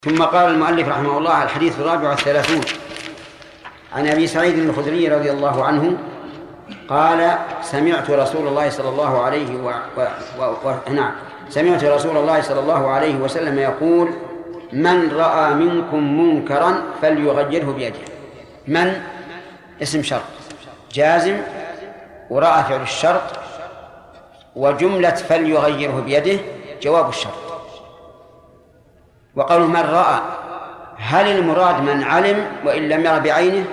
ثم قال المؤلف رحمه الله: الحديث 34 عن أبي سعيد الخدري رضي الله عنه قال: سمعت رسول الله صلى الله عليه وسلم يقول: من رأى منكم منكرا فليغيره بيده. من اسم شرط جازم، ورأى فعل الشرط، وجملة فليغيره بيده جواب الشرط. وقالوا من رأى، هل المراد من علم وإن لم يرى بعينه؟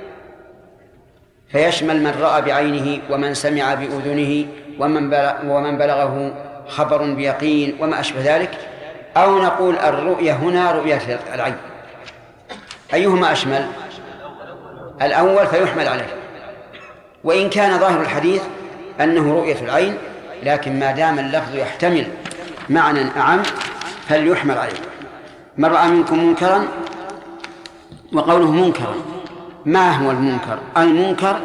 فيشمل من رأى بعينه ومن سمع بأذنه ومن بلغه خبر بيقين وما أشبه ذلك، أو نقول الرؤية هنا رؤية العين. أيهما أشمل؟ الأول فيحمل عليه، وإن كان ظاهر الحديث أنه رؤية العين، لكن ما دام اللفظ يحتمل معنى أعم فليحمل عليه. من رأى منكم منكرا، وقوله منكرا، ما هو المنكر؟ المنكر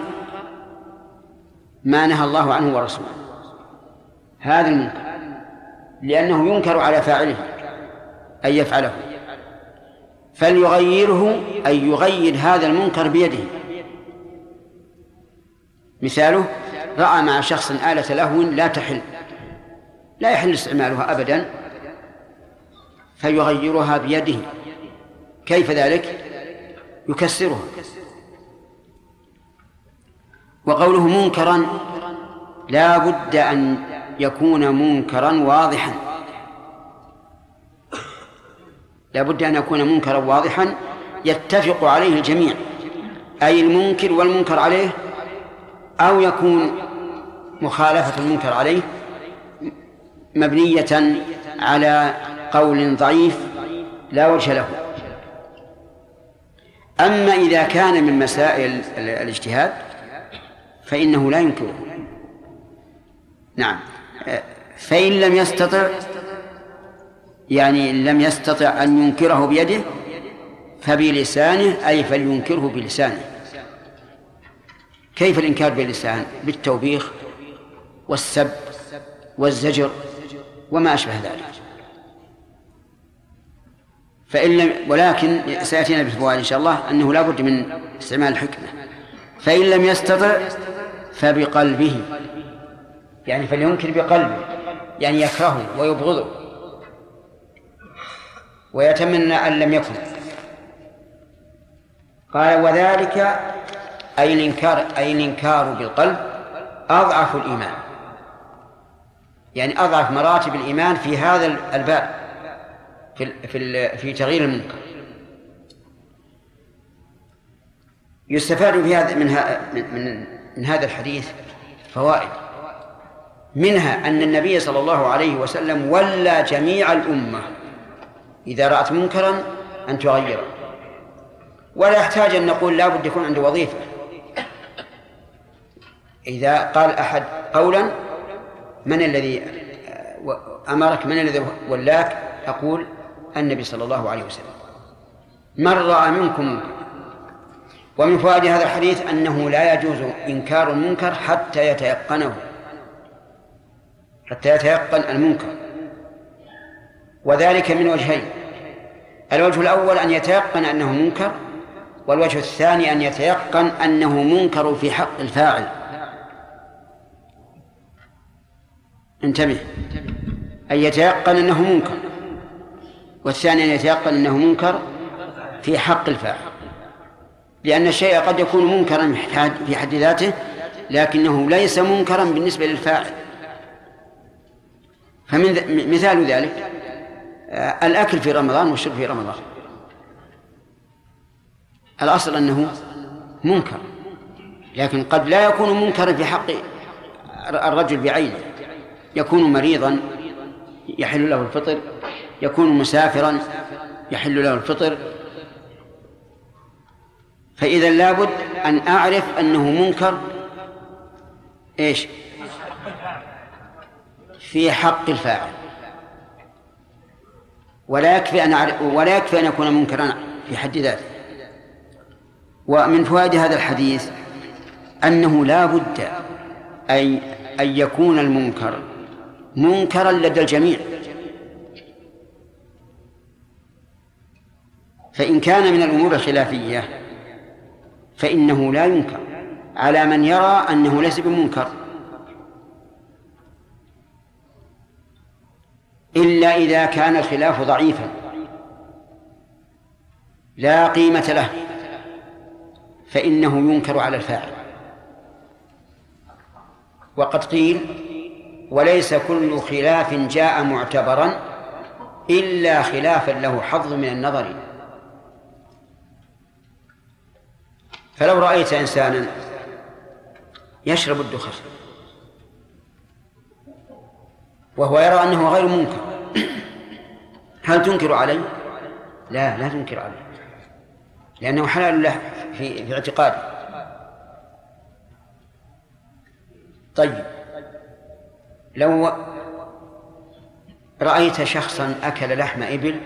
ما نهى الله عنه ورسوله، هذا المنكر، لأنه ينكر على فاعله أن يفعله، فليغيره أي يغير هذا المنكر بيده. مثاله: رأى مع شخص آلة لهو لا يحل استعمالها أبدا، فيغيرها بيده. كيف ذلك؟ يكسرها. وقوله منكرا لا بد أن يكون منكرا واضحا، لا بد أن يكون منكرا واضحا يتفق عليه الجميع، أي المنكر والمنكر عليه، أو يكون مخالفة المنكر عليه مبنية على قول ضعيف لا وجه له. أما إذا كان من مسائل الاجتهاد فإنه لا ينكره. نعم. فإن لم يستطع، يعني لم يستطع أن ينكره بيده فبلسانه، أي فلينكره بلسانه. كيف الإنكار باللسان؟ بالتوبيخ والسب والزجر وما أشبه ذلك. ولكن سيأتينا بالفوائد إن شاء الله أنه لا بد من استعمال الحكمة. فإن لم يستطع فبقلبه، يعني فلينكر بقلبه، يعني يكرهه ويبغضه ويتمنى أن لم يكن. قال: وذلك أي الإنكار بالقلب أضعف الإيمان، يعني أضعف مراتب الإيمان في هذا الباب، في تغيير المنكر. يستفاد في هذا من هذا الحديث فوائد، منها أن النبي صلى الله عليه وسلم ولى جميع الأمة إذا رأت منكرا أن تغيره، ولا يحتاج أن نقول لا بد يكون عنده وظيفة. إذا قال أحد قولا: من الذي أمرك؟ من الذي ولاك؟ أقول: النبي صلى الله عليه وسلم. من رأى منكم منكر. ومن فوائد هذا الحديث أنه لا يجوز إنكار المنكر حتى يتيقن المنكر، وذلك من وجهين: الوجه الأول أن يتيقن أنه منكر، والوجه الثاني أن يتيقن أنه منكر في حق الفاعل. انتبه، أن يتيقن أنه منكر، والثاني أن يتيقن أنه منكر في حق الفاعل، لأن الشيء قد يكون منكرا في حد ذاته لكنه ليس منكرا بالنسبة للفاعل. مثال ذلك الأكل في رمضان والشرب في رمضان، الأصل أنه منكر، لكن قد لا يكون منكرا في حق الرجل بعينه، يكون مريضا يحل له الفطر، يكون مسافرا يحل له الفطر. فإذا لابد أن أعرف أنه منكر إيش؟ في حق الفاعل، ولا يكفي أن يكون منكرا في حد ذاته. ومن فوائد هذا الحديث أنه لا بد أن يكون المنكر منكرا لدى الجميع، فإن كان من الأمور الخلافية فإنه لا ينكر على من يرى أنه ليس بمنكر، إلا إذا كان الخلاف ضعيفا لا قيمة له فإنه ينكر على الفاعل. وقد قيل: وليس كل خلاف جاء معتبرا إلا خلافا له حظ من النظر. فلو رأيت إنسانا يشرب الدخان وهو يرى أنه غير منكر، هل تنكر عليه؟ لا تنكر عليه، لأنه حلال له في اعتقاده. طيب، لو رأيت شخصا أكل لحم إبل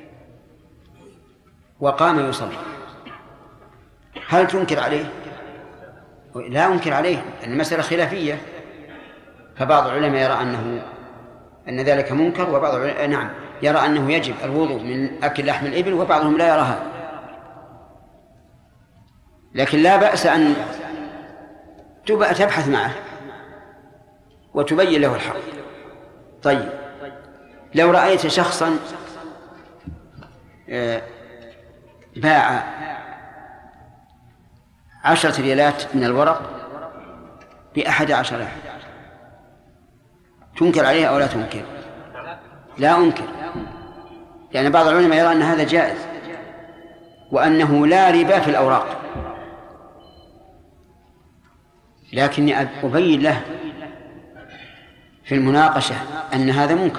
وقام يصلي، هل تنكر عليه؟ لا أنكر عليه، المسألة خلافية، فبعض العلماء يرى أن ذلك منكر، وبعض العلماء يرى أنه يجب الوضوء من أكل لحم الإبل، وبعضهم لا يرى هذا. لكن لا بأس أن تبحث معه وتبين له الحق. طيب، لو رأيت شخصا باع 10 ريالات من الورق ب11 تنكر عليه أو لا تنكر؟ لا أنكر، لأن بعض العلماء يرى أن هذا جائز وأنه لا ربا في الأوراق، لكني أبين له في المناقشة أن هذا منكر،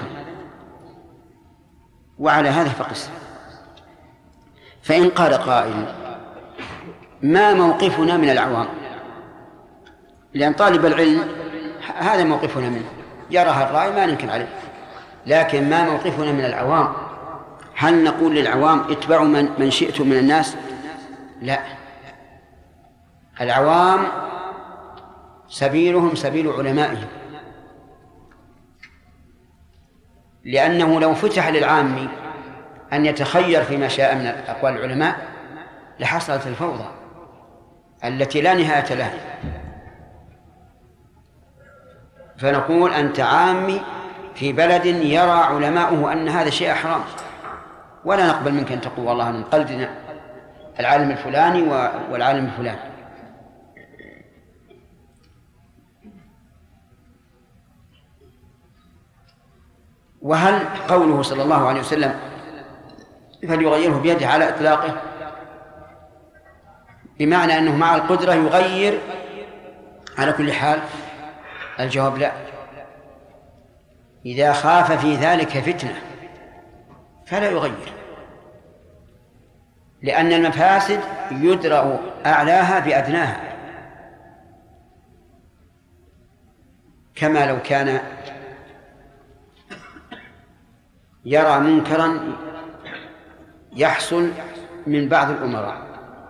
وعلى هذا فقس. فإن قال قائل: ما موقفنا من العوام؟ لأن طالب العلم هذا موقفنا منه، يراها الرأي ما ننكر عليه، لكن ما موقفنا من العوام؟ هل نقول للعوام اتبعوا من شئتم من الناس؟ لا، العوام سبيلهم سبيل علمائهم، لأنه لو فتح للعام أن يتخير فيما شاء من أقوال العلماء لحصلت الفوضى التي لا نهاية لها. فنقول: أنت عامي في بلد يرى علماؤه أن هذا شيء حرام، ولا نقبل منك أن تقول والله نقلدنا العالم الفلاني والعالم الفلاني. وهل قوله صلى الله عليه وسلم فليغيره بيده على إطلاقه بمعنى أنه مع القدرة يغير على كل حال؟ الجواب: لا. إذا خاف في ذلك فتنة فلا يغير، لأن المفاسد يدرأ أعلاها بأدناها، كما لو كان يرى منكرا يحصل من بعض الأمراء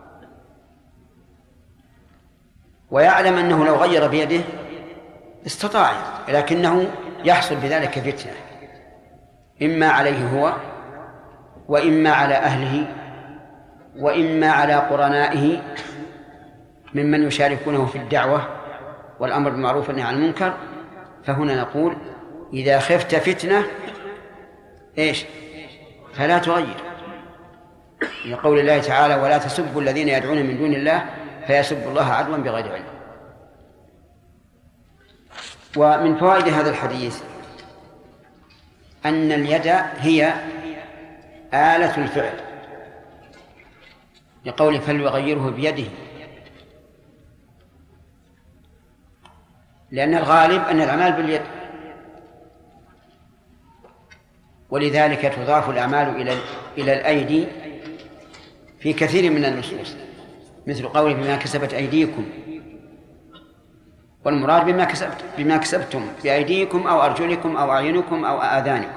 ويعلم أنه لو غير بيده استطاع، لكنه يحصل بذلك فتنة، إما عليه هو وإما على أهله وإما على قرنائه ممن يشاركونه في الدعوة والأمر بالمعروف والنهي عن المنكر. فهنا نقول: إذا خفت فتنة فلا تغير، لقول الله تعالى: ولا تسبوا الذين يدعون من دون الله فيسبوا الله عدوا بغير علم. ومن فوائد هذا الحديث أن اليد هي آلة الفعل، لقول فليغيره بيده، لأن الغالب أن الأعمال باليد، ولذلك تضاف الأعمال إلى الأيدي في كثير من النصوص، مثل قوله بما كسبت أيديكم، والمراد بما كسبتم بأيديكم أو أرجلكم أو أعينكم أو آذانكم.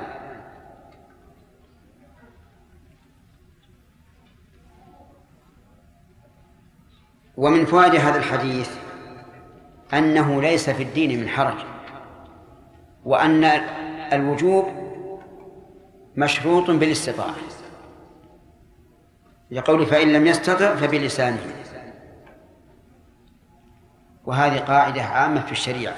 ومن فوائد هذا الحديث أنه ليس في الدين من حرج، وأن الوجوب مشروط بالاستطاعة، لقوله فإن لم يستطع فبلسانه. وهذه قاعدة عامة في الشريعة: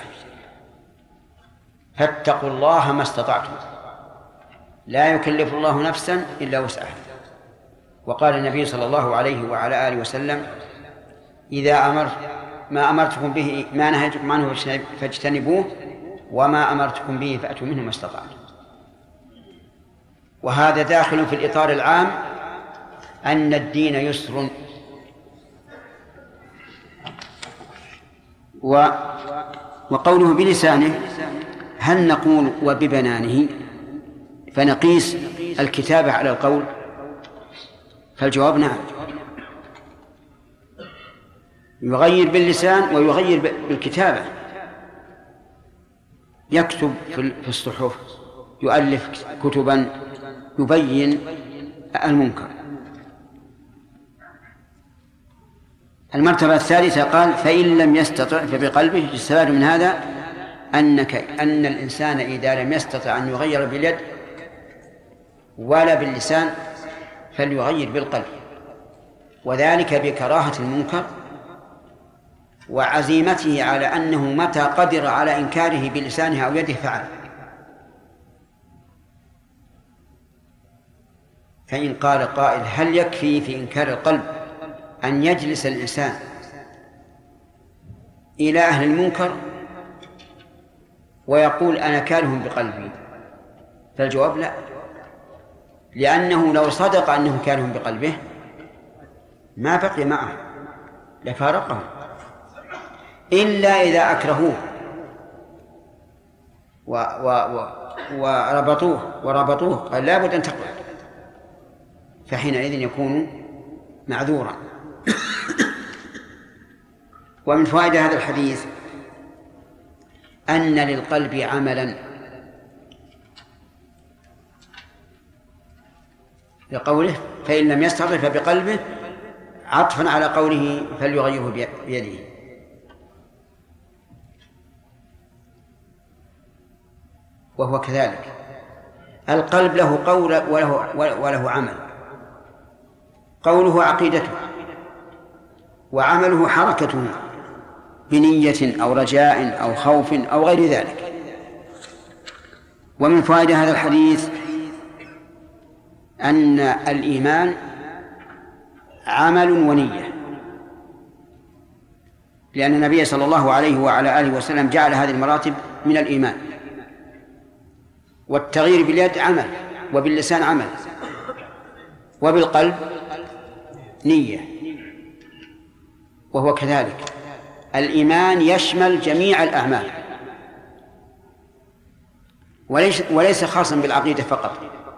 فاتقوا الله ما استطعتم، لا يكلف الله نفسا إلا وسعها. وقال النبي صلى الله عليه وعلى آله وسلم: إذا ما أمرتكم به ما نهيتكم عنه فاجتنبوه، وما أمرتكم به فأتوا منه ما استطعتم. وهذا داخل في الإطار العام أن الدين يسر. وقوله بلسانه، هل نقول وببنانه فنقيس الكتابة على القول؟ فالجواب نعم، يغير باللسان ويغير بالكتابة. يكتب في الصحف، يؤلف كتبا يبين المنكر. المرتبة الثالثة قال: فإن لم يستطع فبقلبه. يستفاد من هذا أن الإنسان إذا لم يستطع أن يغير باليد ولا باللسان فليغير بالقلب، وذلك بكراهة المنكر وعزيمته على أنه متى قدر على إنكاره بلسانه أو يده فعل. فإن قال قائل: هل يكفي في إنكار القلب أن يجلس الإنسان إلى أهل المنكر ويقول أنا كارههم بقلبي؟ فالجواب لا، لأنه لو صدق أنه كارههم بقلبه ما بقي معه، لفارقه، إلا إذا أكرهوه وربطوه قال لا بد أن تقبل، فحينئذ يكون معذورا. ومن فوائد هذا الحديث أن للقلب عملا، لقوله فإن لم يستطع فبقلبه، عطفا على قوله فليغيره بيده. وهو كذلك، القلب له قول وله عمل. قوله عقيدته، وعمله حركته بنية أو رجاء أو خوف أو غير ذلك. ومن فوائد هذا الحديث أن الإيمان عمل ونية، لأن النبي صلى الله عليه وعلى آله وسلم جعل هذه المراتب من الإيمان. والتغيير باليد عمل، وباللسان عمل، وبالقلب نية. وهو كذلك، الإيمان يشمل جميع الأعمال وليس خاصا بالعقيدة فقط،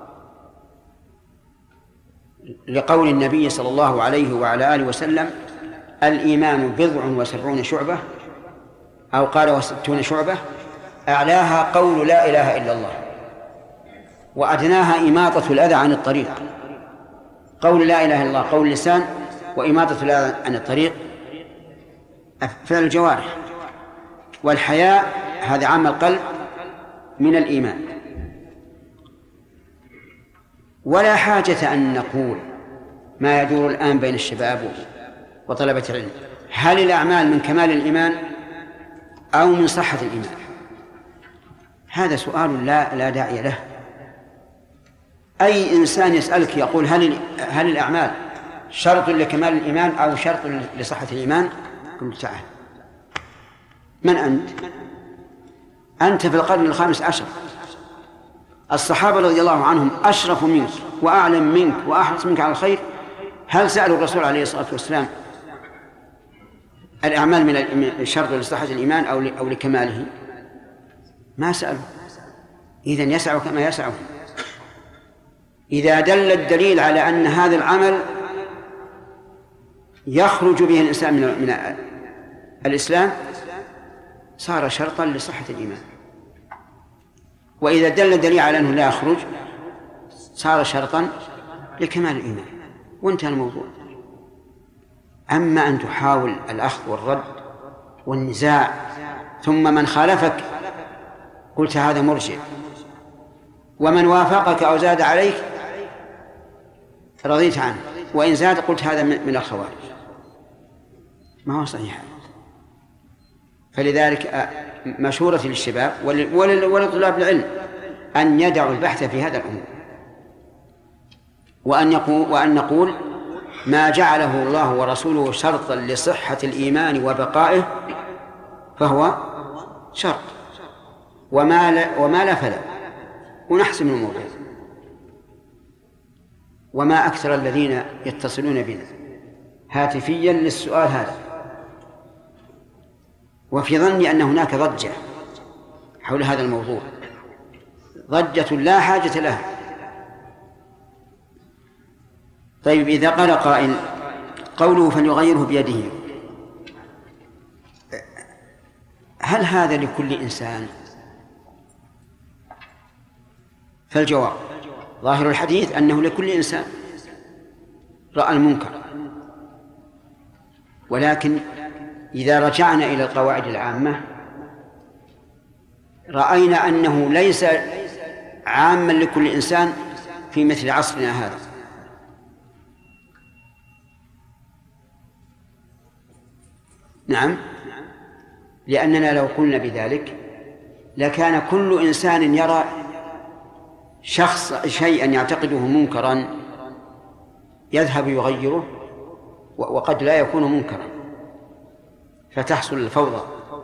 لقول النبي صلى الله عليه وعلى آله وسلم: الإيمان 70 شعبة، أو قال 60 شعبة، أعلاها قول لا إله إلا الله، وأدناها إماطة الأذى عن الطريق. قول لا إله إلا الله قول اللسان، وإماطة الأذى عن الطريق فعل الجوارح. والحياء هذا عمل القلب من الإيمان. ولا حاجة أن نقول ما يدور الآن بين الشباب وطلبة العلم: هل الأعمال من كمال الإيمان أو من صحة الإيمان؟ هذا سؤال لا داعي له. أي إنسان يسألك يقول هل الأعمال شرط لكمال الإيمان أو شرط لصحة الإيمان؟ قل تعال، من أنت؟ أنت في القرن 15. الصحابة رضي الله عنهم أشرف منك وأعلم منك وأحرص منك على الخير. هل سألوا الرسول عليه الصلاة والسلام الأعمال من شرط لصحة الإيمان أو لكماله؟ ما سألوا. إذن يسعوا كما يسعوا. إذا دل الدليل على أن هذا العمل يخرج به الإنسان من الإسلام صار شرطا لصحة الإيمان، وإذا دل الدليل على أنه لا يخرج صار شرطا لكمال الإيمان، وانتهى الموضوع. أما أن تحاول الأخذ والرد والنزاع ثم من خالفك قلت هذا مرجع، ومن وافقك أو زاد عليك رضيت عنه، وإن زاد قلت هذا من الخوارج، ما هو صحيح. فلذلك مشورة للشباب ولطلاب العلم أن يدعوا البحث في هذا الأمور، وأن نقول ما جعله الله ورسوله شرطا لصحة الإيمان وبقائه فهو شرط، وما لا فلا، ونحسم الأمور. وما أكثر الذين يتصلون بنا هاتفيا للسؤال هذا، وفي ظني أن هناك ضجة حول هذا الموضوع، ضجة لا حاجة لها. طيب، إذا قال قائل قوله فليغيره بيده، هل هذا لكل إنسان؟ فالجواب ظاهر الحديث أنه لكل إنسان رأى المنكر، ولكن إذا رجعنا إلى القواعد العامة رأينا أنه ليس عاما لكل إنسان في مثل عصرنا هذا. نعم، لأننا لو قلنا بذلك لكان كل إنسان يرى شيئا يعتقده منكرا يذهب يغيره، وقد لا يكون منكرا، فتحصل الفوضى،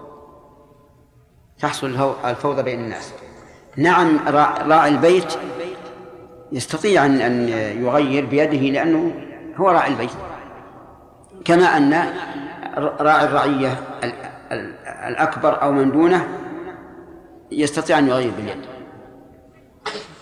تحصل الفوضى بين الناس. نعم، راعي البيت يستطيع أن يغير بيده لأنه هو راعي البيت، كما أن راعي الرعية الأكبر أو من دونه يستطيع أن يغير باليد.